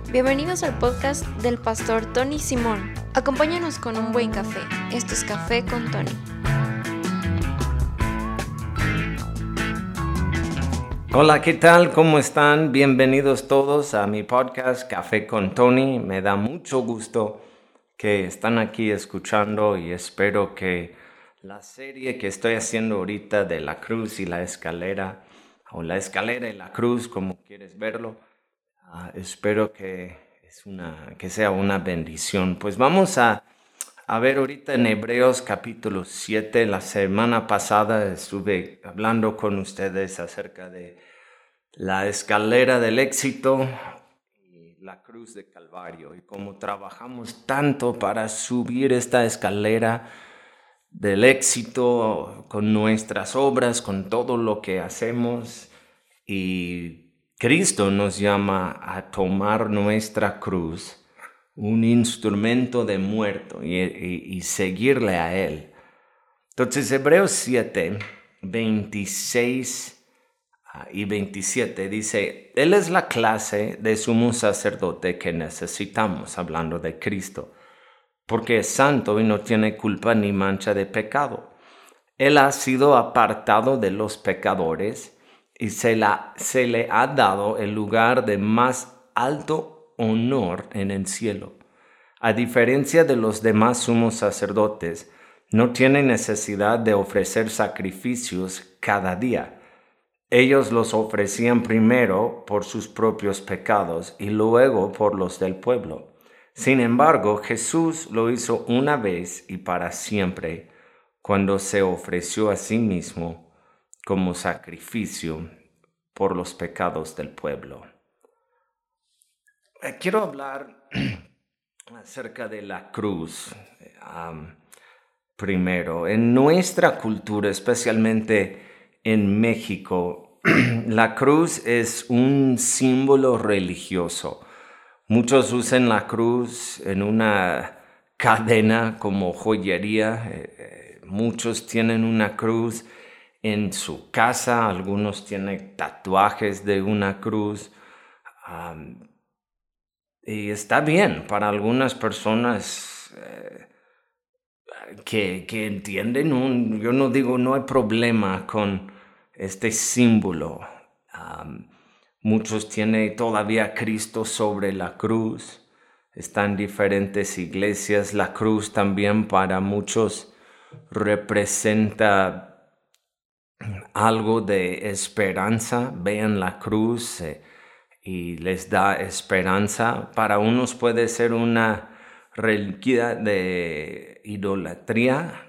Bienvenidos al podcast del pastor Tony Simón. Acompáñanos con un buen café. Esto es Café con Tony. Hola, ¿qué tal? ¿Cómo están? Bienvenidos todos a mi podcast Café con Tony. Me da mucho gusto que están aquí escuchando y espero que la serie que estoy haciendo ahorita de la cruz y la escalera, o la escalera y la cruz, como quieres verlo, espero que sea una bendición. Pues vamos a ver ahorita en Hebreos capítulo 7. La semana pasada estuve hablando con ustedes acerca de la escalera del éxito y la cruz de Calvario, y cómo trabajamos tanto para subir esta escalera del éxito con nuestras obras, con todo lo que hacemos, y Cristo nos llama a tomar nuestra cruz, un instrumento de muerto, y seguirle a Él. Entonces, Hebreos 7, 26 y 27 dice: Él es la clase de sumo sacerdote que necesitamos, hablando de Cristo, porque es santo y no tiene culpa ni mancha de pecado. Él ha sido apartado de los pecadores y se le ha dado el lugar de más alto honor en el cielo. A diferencia de los demás sumos sacerdotes, no tiene necesidad de ofrecer sacrificios cada día. Ellos los ofrecían primero por sus propios pecados y luego por los del pueblo. Sin embargo, Jesús lo hizo una vez y para siempre, cuando se ofreció a sí mismo como sacrificio por los pecados del pueblo. Quiero hablar acerca de la cruz. Primero, en nuestra cultura, especialmente en México, la cruz es un símbolo religioso. Muchos usan la cruz en una cadena como joyería. Muchos tienen una cruz en su casa, algunos tienen tatuajes de una cruz. Y está bien para algunas personas que entienden. Yo no digo, no hay problema con este símbolo. Muchos tienen todavía a Cristo sobre la cruz. Están diferentes iglesias. La cruz también para muchos representa algo de esperanza. Vean la cruz y les da esperanza. Para unos puede ser una reliquia de idolatría.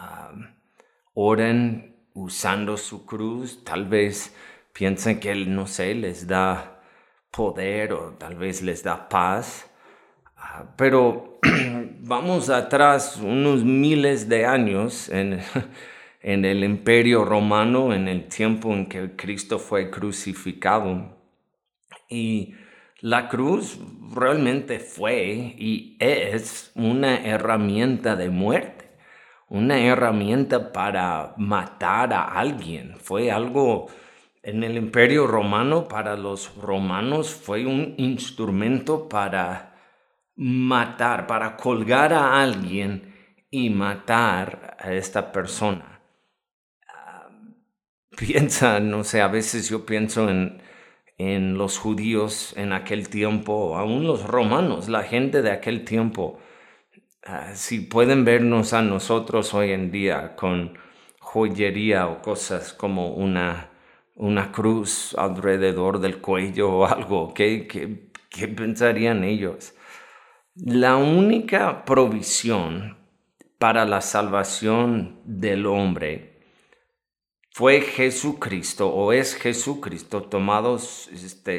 Oren usando su cruz. Tal vez piensen que Él, no sé, les da poder o tal vez les da paz. Pero vamos atrás unos miles de años en el Imperio Romano, en el tiempo en que Cristo fue crucificado. Y la cruz realmente fue y es una herramienta de muerte, una herramienta para matar a alguien. Fue algo en el Imperio Romano. Para los romanos fue un instrumento para matar, para colgar a alguien y matar a esta persona. Piensa, no sé, a veces yo pienso en los judíos en aquel tiempo, aún los romanos, la gente de aquel tiempo. Si pueden vernos a nosotros hoy en día con joyería o cosas como una cruz alrededor del cuello o algo, ¿qué pensarían ellos? La única provisión para la salvación del hombre fue Jesucristo, o es Jesucristo, tomados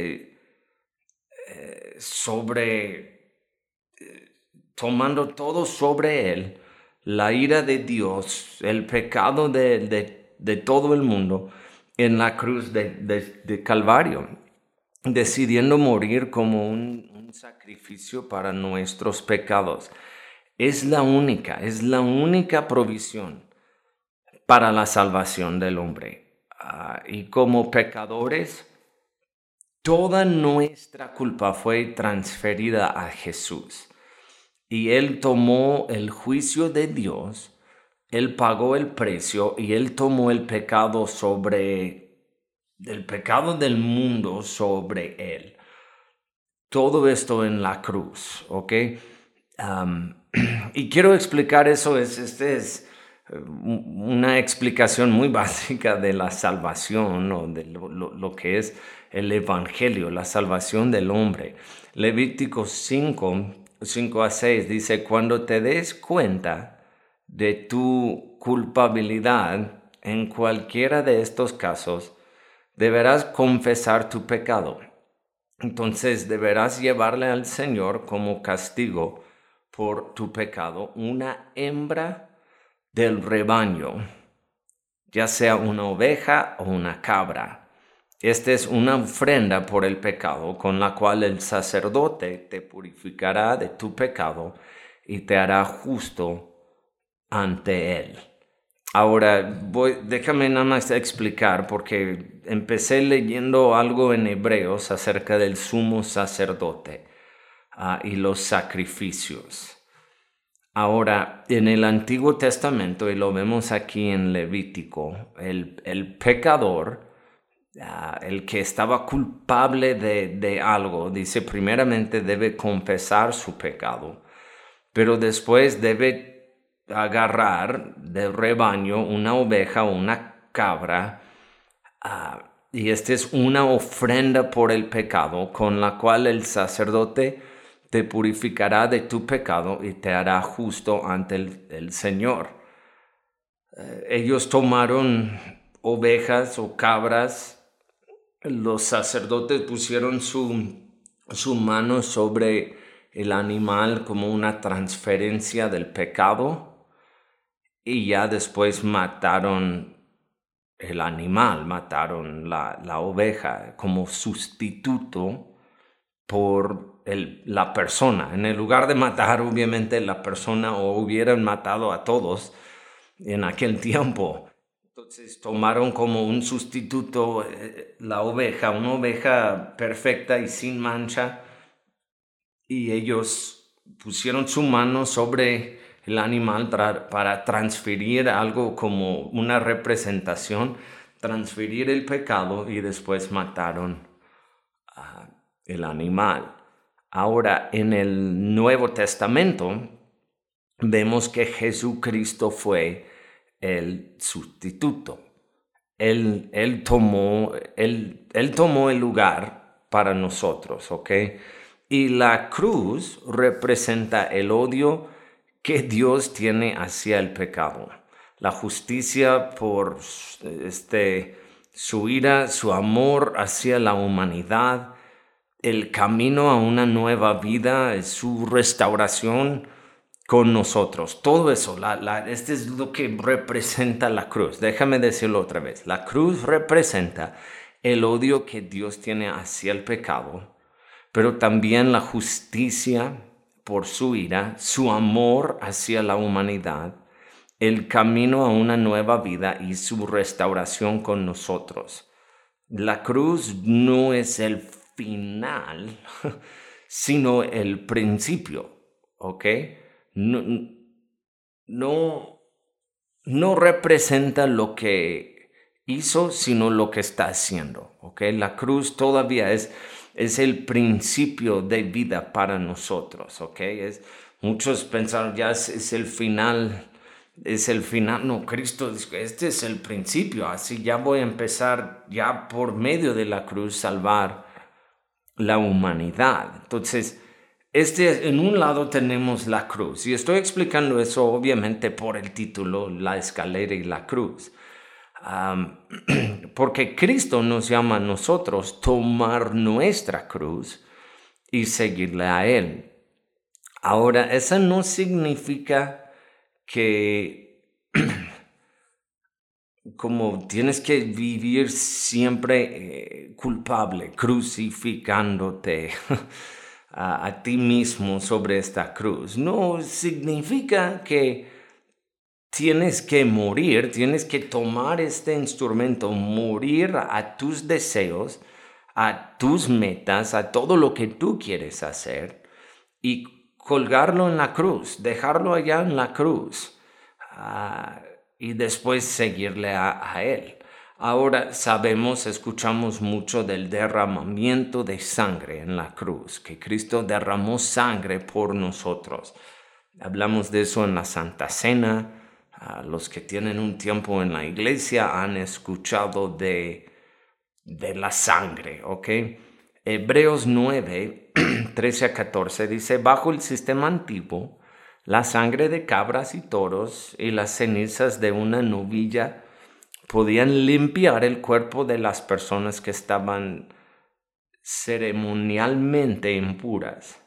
tomando todo sobre Él, la ira de Dios, el pecado de todo el mundo, en la cruz de Calvario, decidiendo morir como un sacrificio para nuestros pecados. Es la única provisión para la salvación del hombre. Y como pecadores, toda nuestra culpa fue transferida a Jesús. Y Él tomó el juicio de Dios, Él pagó el precio y Él tomó el pecado del mundo sobre Él. Todo esto en la cruz, ¿ok? Y quiero explicar eso, es una explicación muy básica de la salvación, o de lo que es el evangelio, la salvación del hombre. Levítico 5:5-6 dice: cuando te des cuenta de tu culpabilidad en cualquiera de estos casos, deberás confesar tu pecado. Entonces deberás llevarle al Señor como castigo por tu pecado una hembra del rebaño, ya sea una oveja o una cabra. Esta es una ofrenda por el pecado con la cual el sacerdote te purificará de tu pecado y te hará justo ante él. Ahora, déjame nada más explicar, porque empecé leyendo algo en Hebreos acerca del sumo sacerdote y los sacrificios. Ahora, en el Antiguo Testamento, y lo vemos aquí en Levítico, el pecador, el que estaba culpable de algo, dice, primeramente debe confesar su pecado, pero después debe agarrar del rebaño una oveja o una cabra, y esta es una ofrenda por el pecado con la cual el sacerdote te purificará de tu pecado y te hará justo ante el Señor. Ellos tomaron ovejas o cabras, los sacerdotes pusieron su mano sobre el animal como una transferencia del pecado, y ya después mataron el animal, mataron la oveja como sustituto por la persona. En el lugar de matar obviamente la persona, o hubieran matado a todos en aquel tiempo. Entonces tomaron como un sustituto la oveja, una oveja perfecta y sin mancha, y ellos pusieron su mano sobre el animal para transferir algo como una representación, transferir el pecado, y después mataron el animal. Ahora, en el Nuevo Testamento vemos que Jesucristo fue el sustituto. Él tomó el lugar para nosotros, ¿ok? Y la cruz representa el odio que Dios tiene hacia el pecado, la justicia por su ira, su amor hacia la humanidad, el camino a una nueva vida, su restauración con nosotros. Todo eso, este es lo que representa la cruz. Déjame decirlo otra vez. La cruz representa el odio que Dios tiene hacia el pecado, pero también la justicia por su ira, su amor hacia la humanidad, el camino a una nueva vida y su restauración con nosotros. La cruz no es el final, sino el principio, ¿ok? No representa lo que hizo, sino lo que está haciendo, ¿ok? La cruz todavía es el principio de vida para nosotros, ¿ok? Muchos pensaron ya es el final. No, Cristo dijo, este es el principio, así ya voy a empezar ya por medio de la cruz salvar la humanidad. Entonces, en un lado tenemos la cruz, y estoy explicando eso obviamente por el título, la escalera y la cruz. Porque Cristo nos llama a nosotros tomar nuestra cruz y seguirle a Él. Ahora, eso no significa que como tienes que vivir siempre culpable, crucificándote a ti mismo sobre esta cruz. No significa que tienes que morir, tienes que tomar este instrumento, morir a tus deseos, a tus metas, a todo lo que tú quieres hacer y colgarlo en la cruz, dejarlo allá en la cruz y después seguirle a Él. Ahora escuchamos mucho del derramamiento de sangre en la cruz, que Cristo derramó sangre por nosotros. Hablamos de eso en la Santa Cena. Los que tienen un tiempo en la iglesia han escuchado de la sangre, ¿ok? Hebreos 9, 13 a 14 dice, bajo el sistema antiguo, la sangre de cabras y toros y las cenizas de una novilla podían limpiar el cuerpo de las personas que estaban ceremonialmente impuras.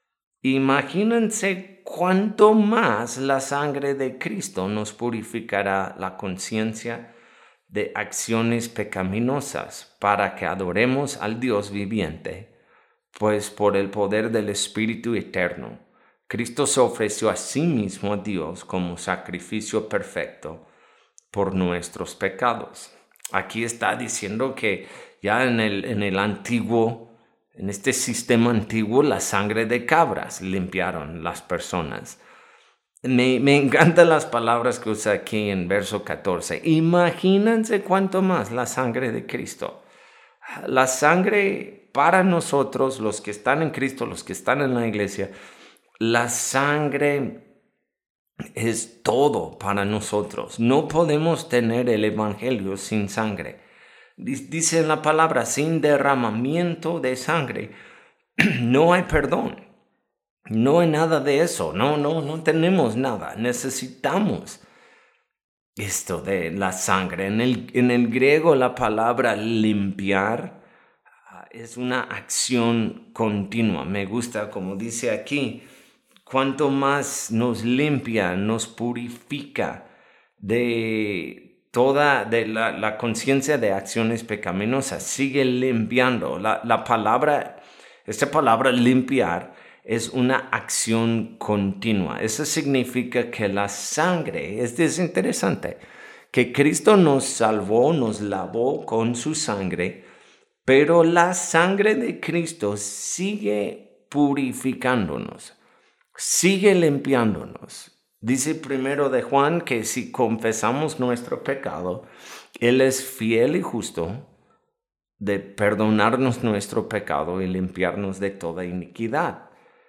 Imagínense cuánto más la sangre de Cristo nos purificará la conciencia de acciones pecaminosas para que adoremos al Dios viviente, pues por el poder del Espíritu eterno, Cristo se ofreció a sí mismo a Dios como sacrificio perfecto por nuestros pecados. Aquí está diciendo que ya en el antiguo, en este sistema antiguo, la sangre de cabras limpiaron las personas. Me encantan las palabras que usa aquí en verso 14. Imagínense cuánto más la sangre de Cristo. La sangre para nosotros, los que están en Cristo, los que están en la iglesia, la sangre es todo para nosotros. No podemos tener el evangelio sin sangre. Dice en la palabra, sin derramamiento de sangre, no hay perdón. No hay nada de eso. No tenemos nada. Necesitamos esto de la sangre. En el griego la palabra limpiar es una acción continua. Me gusta como dice aquí. Cuanto más nos limpia, nos purifica de toda la conciencia de acciones pecaminosas. Sigue limpiando. Esta palabra limpiar es una acción continua. Eso significa que la sangre, es interesante, que Cristo nos salvó, nos lavó con su sangre, pero la sangre de Cristo sigue purificándonos. Sigue limpiándonos. Dice primero de Juan que si confesamos nuestro pecado, Él es fiel y justo de perdonarnos nuestro pecado y limpiarnos de toda iniquidad.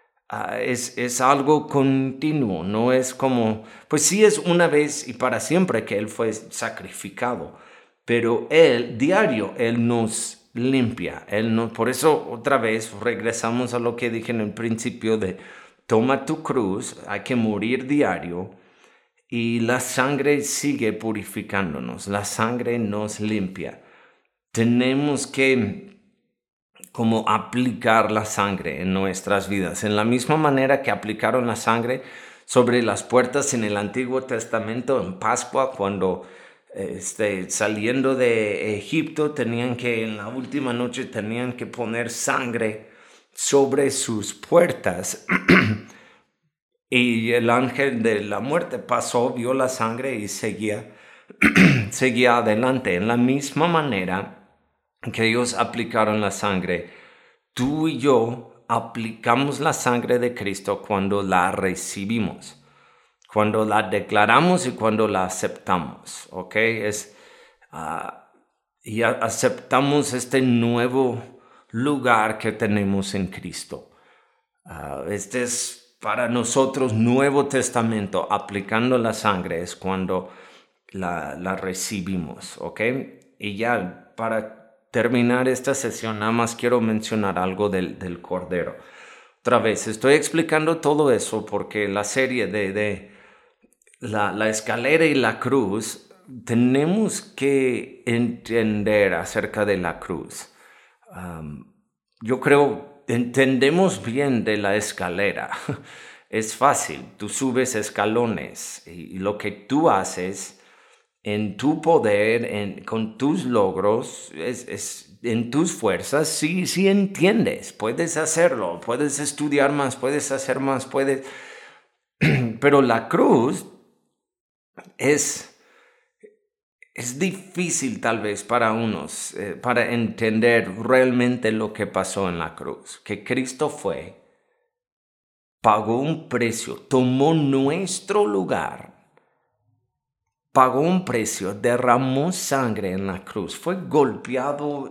Es algo continuo, no es como, pues sí es una vez y para siempre que Él fue sacrificado, pero diario Él nos limpia. Por eso otra vez regresamos a lo que dije en el principio de toma tu cruz, hay que morir diario y la sangre sigue purificándonos, la sangre nos limpia. Tenemos que como aplicar la sangre en nuestras vidas, en la misma manera que aplicaron la sangre sobre las puertas en el Antiguo Testamento en Pascua, cuando saliendo de Egipto en la última noche tenían que poner sangre sobre sus puertas. Y el ángel de la muerte pasó, vio la sangre y seguía adelante. En la misma manera que ellos aplicaron la sangre, tú y yo aplicamos la sangre de Cristo cuando la recibimos, cuando la declaramos y cuando la aceptamos, ¿ok? Y aceptamos este nuevo lugar que tenemos en Cristo. Este es para nosotros Nuevo Testamento, aplicando la sangre es cuando la recibimos, ¿ok? Y ya para terminar esta sesión, nada más quiero mencionar algo del Cordero. Otra vez, estoy explicando todo eso porque la serie de la escalera y la cruz, tenemos que entender acerca de la cruz. Yo creo entendemos bien de la escalera. Es fácil, tú subes escalones y lo que tú haces en tu poder, con tus logros, en tus fuerzas, sí entiendes, puedes hacerlo, puedes estudiar más, puedes hacer más, pero la cruz es es difícil tal vez para unos, para entender realmente lo que pasó en la cruz, que Cristo fue, pagó un precio, tomó nuestro lugar, pagó un precio, derramó sangre en la cruz, fue golpeado,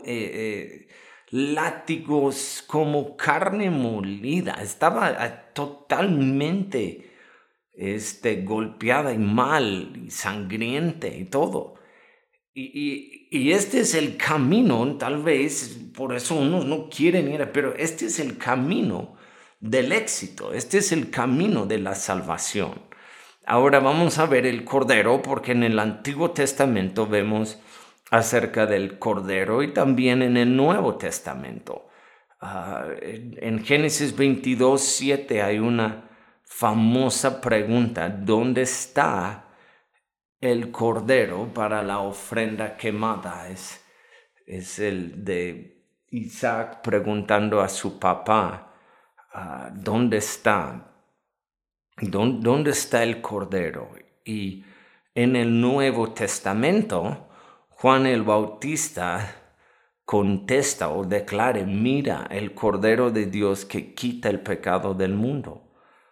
látigos como carne molida, estaba totalmente golpeada y mal, y sangriente y todo. Y este es el camino, tal vez, por eso unos no quieren ir, pero este es el camino del éxito, este es el camino de la salvación. Ahora vamos a ver el Cordero, porque en el Antiguo Testamento vemos acerca del Cordero y también en el Nuevo Testamento. En Génesis 22:7 hay una famosa pregunta: ¿dónde está el Cordero para la ofrenda quemada? Es el de Isaac preguntando a su papá, ¿dónde está? ¿Dónde está el Cordero? Y en el Nuevo Testamento, Juan el Bautista contesta o declara: mira, el Cordero de Dios que quita el pecado del mundo.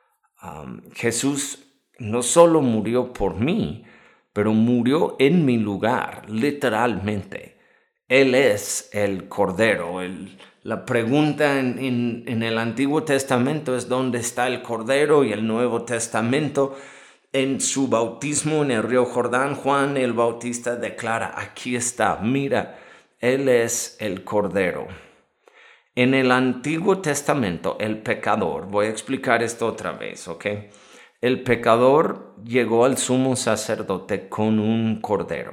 Jesús no solo murió por mí, pero murió en mi lugar, literalmente. Él es el Cordero. La pregunta en el Antiguo Testamento es: ¿dónde está el Cordero? Y el Nuevo Testamento, en su bautismo en el río Jordán, Juan el Bautista declara: aquí está, mira, Él es el Cordero. En el Antiguo Testamento, el pecador, voy a explicar esto otra vez, ¿ok? El pecador llegó al sumo sacerdote con un cordero.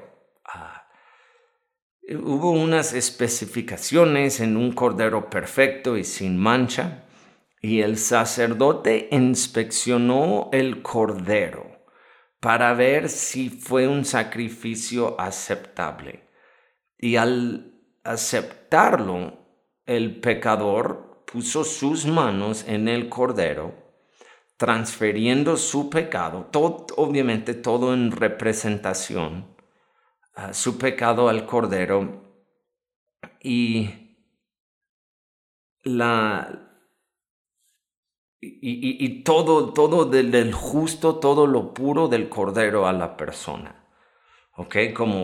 Hubo unas especificaciones en un cordero perfecto y sin mancha, y el sacerdote inspeccionó el cordero para ver si fue un sacrificio aceptable. Y al aceptarlo, el pecador puso sus manos en el cordero, transfiriendo su pecado, obviamente todo en representación, su pecado al cordero, y todo del justo, todo lo puro del cordero a la persona. ¿Ok?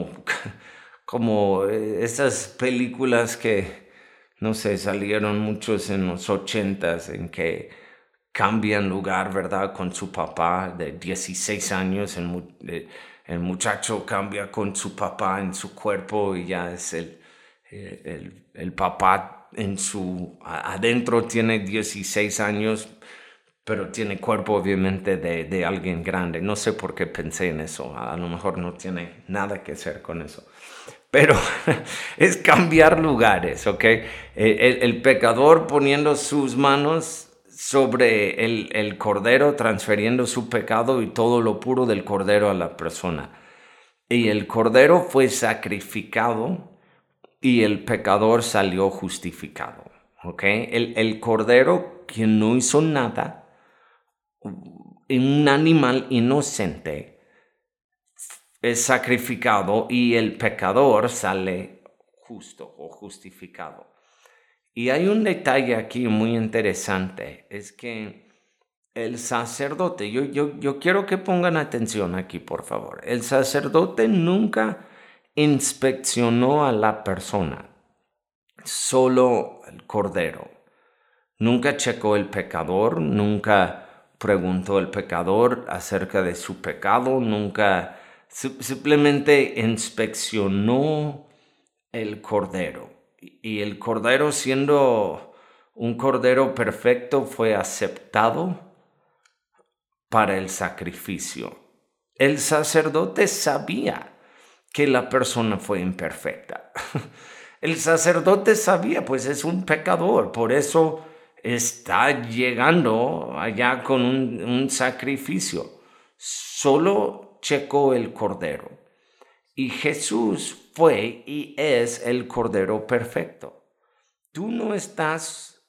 Como esas películas que, no sé, salieron muchos en los 80s, en que cambian lugar, ¿verdad? Con su papá de 16 años, el muchacho cambia con su papá en su cuerpo y ya es el papá adentro tiene 16 años, pero tiene cuerpo obviamente de alguien grande. No sé por qué pensé en eso, a lo mejor no tiene nada que hacer con eso. Pero es cambiar lugares, ¿ok? El pecador poniendo sus manos sobre el cordero, transfiriendo su pecado y todo lo puro del cordero a la persona. Y el cordero fue sacrificado y el pecador salió justificado, ¿ok? El cordero, quien no hizo nada, un animal inocente, es sacrificado y el pecador sale justo o justificado. Y hay un detalle aquí muy interesante, es que el sacerdote, yo quiero que pongan atención aquí, por favor. El sacerdote nunca inspeccionó a la persona, solo el cordero. Nunca checó el pecador, nunca preguntó al pecador acerca de su pecado, nunca, simplemente inspeccionó el cordero. Y el cordero, siendo un cordero perfecto, fue aceptado para el sacrificio. El sacerdote sabía que la persona fue imperfecta. El sacerdote sabía, pues es un pecador, por eso está llegando allá con un sacrificio. Solo checó el cordero. Y Jesús fue y es el cordero perfecto. Tú no estás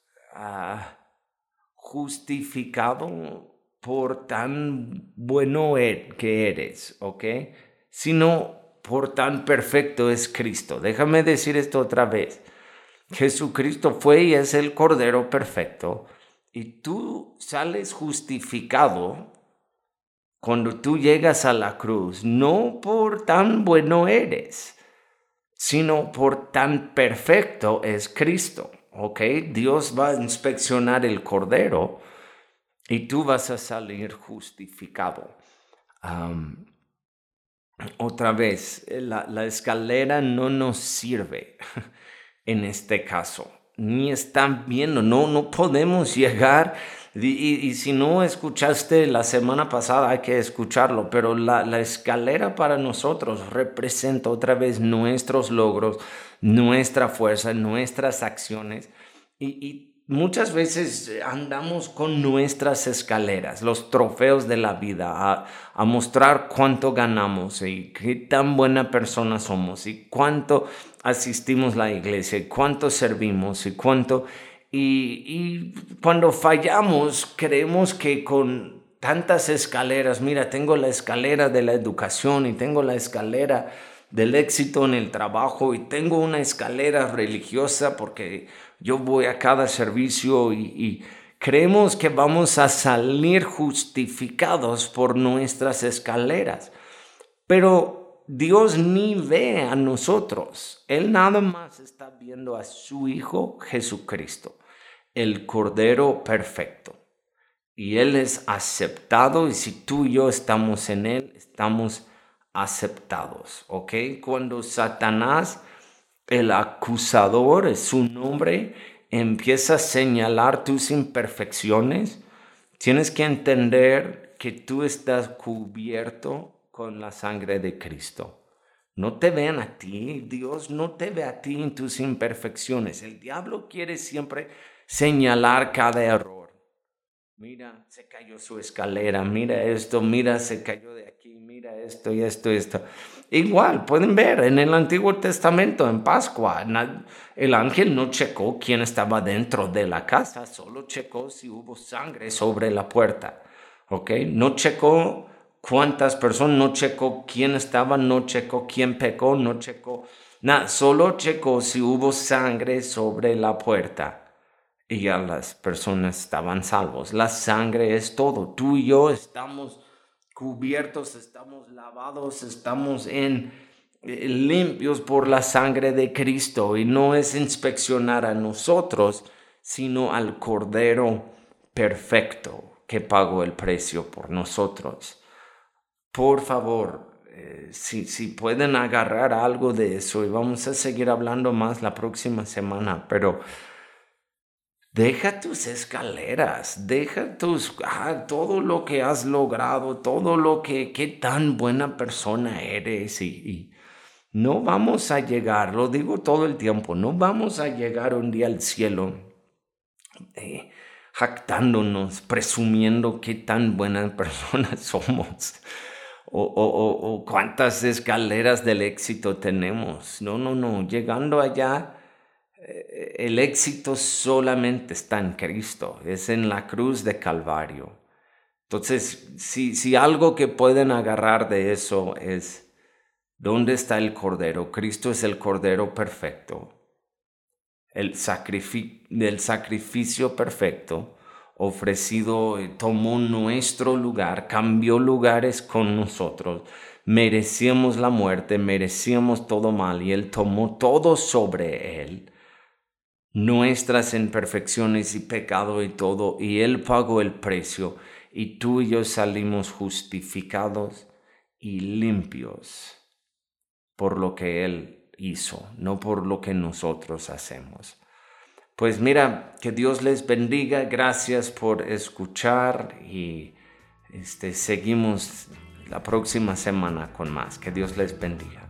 justificado por tan bueno que eres, ¿ok? Sino por tan perfecto es Cristo. Déjame decir esto otra vez. Jesucristo fue y es el Cordero perfecto, y tú sales justificado cuando tú llegas a la cruz, no por tan bueno eres, sino por tan perfecto es Cristo. ¿Ok? Dios va a inspeccionar el Cordero y tú vas a salir justificado. Otra vez, la escalera no nos sirve en este caso. Ni están viendo, no podemos llegar. Y si no escuchaste la semana pasada, hay que escucharlo. Pero la escalera para nosotros representa otra vez nuestros logros, nuestra fuerza, nuestras acciones. Y muchas veces andamos con nuestras escaleras, los trofeos de la vida, a mostrar cuánto ganamos y qué tan buena persona somos y cuánto asistimos a la iglesia y cuánto servimos y cuánto. Y cuando fallamos, creemos que con tantas escaleras, mira, tengo la escalera de la educación y tengo la escalera del éxito en el trabajo y tengo una escalera religiosa porque yo voy a cada servicio y creemos que vamos a salir justificados por nuestras escaleras. Pero Dios ni ve a nosotros. Él nada más está viendo a su Hijo Jesucristo, el Cordero perfecto. Y Él es aceptado, y si tú y yo estamos en Él, estamos aceptados. ¿Ok? Cuando Satanás, el acusador, es su nombre, empieza a señalar tus imperfecciones, tienes que entender que tú estás cubierto con la sangre de Cristo. No te ven a ti, Dios no te ve a ti en tus imperfecciones. El diablo quiere siempre señalar cada error. Mira, se cayó su escalera, mira esto, mira, se cayó de aquí, mira esto y esto y esto. Igual, pueden ver en el Antiguo Testamento, en Pascua, el ángel no checó quién estaba dentro de la casa, solo checó si hubo sangre sobre la puerta. ¿Ok? No checó cuántas personas, no checó quién estaba, no checó quién pecó, no checó nada, solo checó si hubo sangre sobre la puerta. Y ya las personas estaban salvos. La sangre es todo. Tú y yo estamos cubiertos, estamos lavados, estamos limpios por la sangre de Cristo. Y no es inspeccionar a nosotros, sino al Cordero perfecto que pagó el precio por nosotros. Por favor, si pueden agarrar algo de eso, y vamos a seguir hablando más la próxima semana, pero deja tus escaleras, deja todo lo que has logrado, todo lo qué tan buena persona eres y no vamos a llegar, lo digo todo el tiempo, no vamos a llegar un día al cielo jactándonos, presumiendo qué tan buenas personas somos o cuántas escaleras del éxito tenemos. No, llegando allá, el éxito solamente está en Cristo, es en la cruz de Calvario. Entonces, si algo que pueden agarrar de eso es, ¿dónde está el Cordero? Cristo es el Cordero perfecto, el sacrificio perfecto ofrecido, tomó nuestro lugar, cambió lugares con nosotros. Merecíamos la muerte, merecíamos todo mal y Él tomó todo sobre Él. Nuestras imperfecciones y pecado y todo, y Él pagó el precio, y tú y yo salimos justificados y limpios por lo que Él hizo, no por lo que nosotros hacemos. Pues mira, que Dios les bendiga, gracias por escuchar y seguimos la próxima semana con más. Que Dios les bendiga.